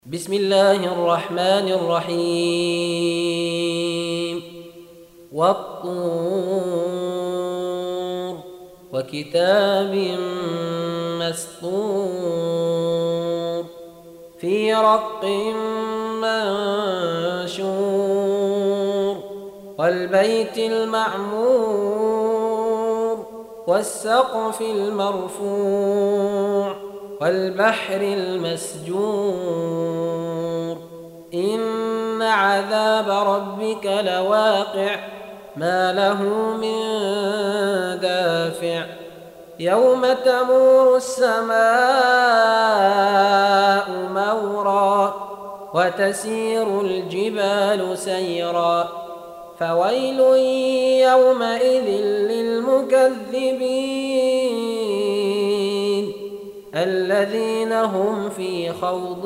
بسم الله الرحمن الرحيم والطور وكتاب مسطور في رق منشور والبيت المعمور والسقف المرفوع والبحر المسجور إن عذاب ربك لواقع ما له من دافع يوم تمور السماء مورا وتسير الجبال سيرا فويل يومئذ للمكذبين الذين هم في خوض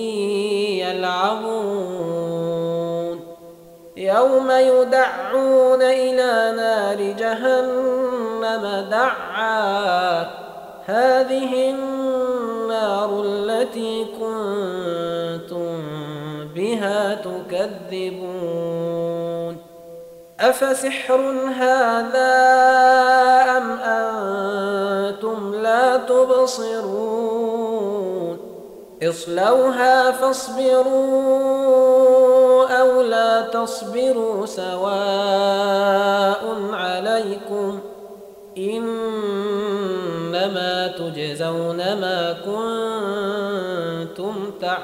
يلعبون يوم يدعون إلى نار جهنم دعا هذه النار التي كنتم بها تكذبون أفسحر هذا أم أنتم لا تبصرون اصلوها فاصبروا أو لا تصبروا سواء عليكم إنما تجزون ما كنتم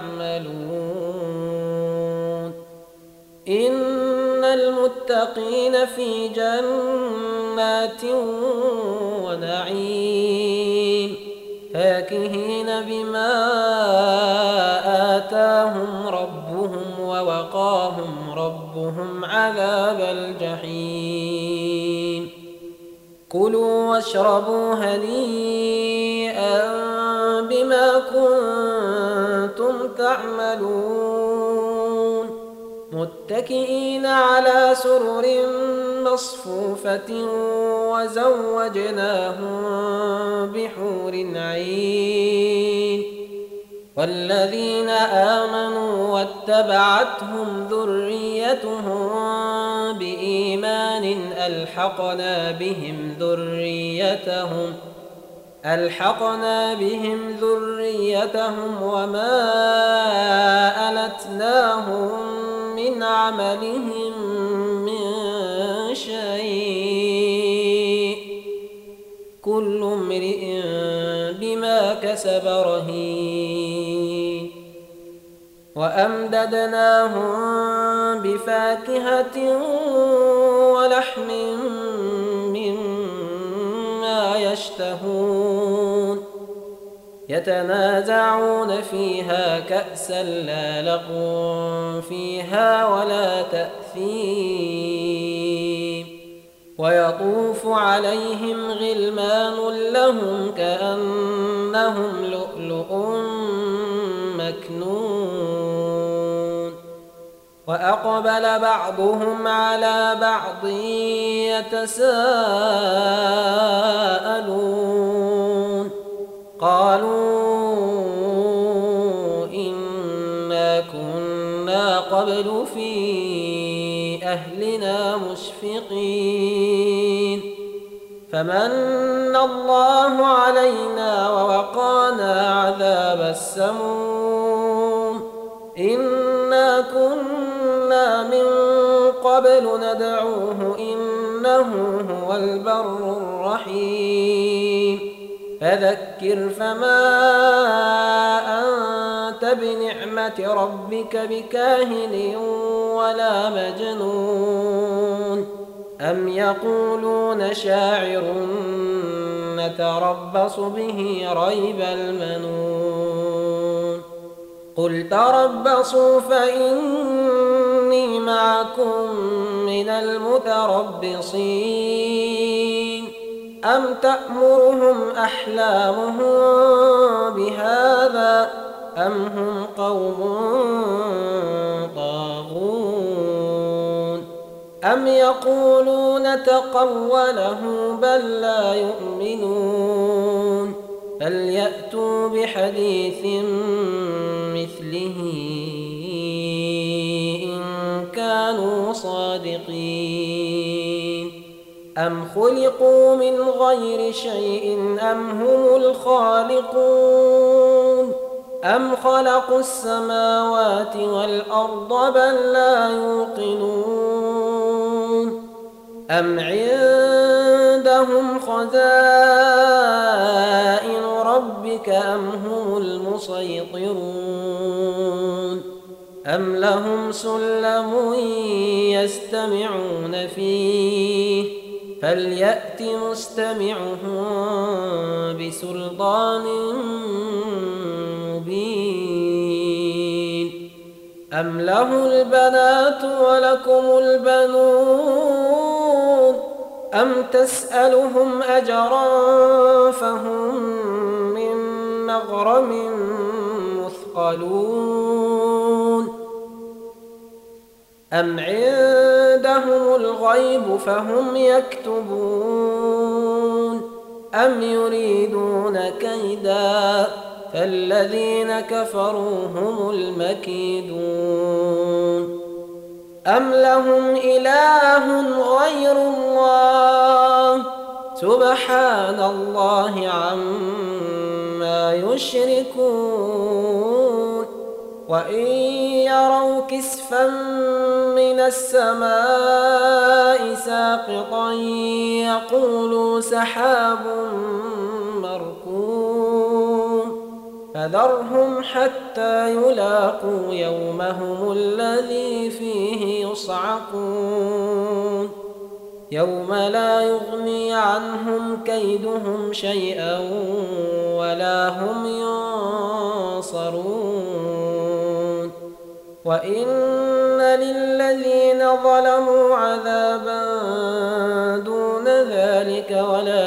تعملون إن المتقين في جنات ونعيم فاكهين بما آتاهم ربهم ووقاهم ربهم عذاب الجحيم كلوا واشربوا هنيئا بما كنتم تعملون متكئين على سرر مصفوفة وزوجناهم بحور عين والذين آمنوا واتبعتهم ذريتهم بإيمان ألحقنا بهم ذريتهم وما ألتناهم من عملهم من شيء كل امرئ بما كسب رهين وأمددناهم بفاكهة ولحم مما يشتهون يتنازعون فيها كأسا لا لغو فيها ولا تأثيم ويطوف عليهم غلمان لهم كأنهم لؤلؤ مكنون وأقبل بعضهم على بعض يتساءلون قالوا إنا كنا قبل في أهلنا مشفقين فمن الله علينا ووقانا عذاب السموم إنا كنا من قبل ندعوه إنه هو البر الرحيم فذكر فما أنت بنعمة ربك بكاهن ولا مجنون أم يقولون شاعر نتربص به ريب المنون قل تربصوا فإني معكم من المتربصين أم تأمرهم أحلامهم بهذا أم هم قوم طاغون أم يقولون تقوله بل لا يؤمنون فليأتوا بحديث مثله إن كانوا صادقين. أم خلقوا من غير شيء أم هم الخالقون أم خلقوا السماوات والأرض بل لا يوقنون أم عندهم خزائن ربك أم هم المسيطرون أم لهم سلم يستمعون فيه فليأت مستمعهم بسلطان مبين أم له البنات ولكم البنون أم تسألهم أجرا فهم من مغرم مثقلون أم عندهم الغيب فهم يكتبون أم يريدون كيدا فالذين كفروا هم المكيدون أم لهم إله غير الله سبحان الله عما يشركون وإن يروا كسفا من السماء ساقطا يقولوا سحاب مركوم فذرهم حتى يلاقوا يومهم الذي فيه يصعقون يوم لا يغني عنهم كيدهم شيئا ولا هم ينصرون وإن للذين ظلموا عذابا دون ذلك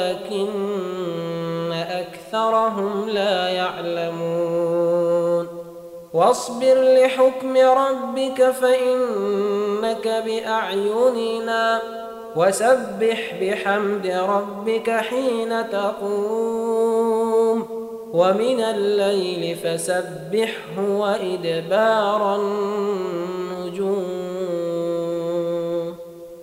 ولكن أكثرهم لا يعلمون واصبر لحكم ربك فإنك بأعيننا وسبح بحمد ربك حين تقوم ومن الليل فسبحه وإدبار النجوم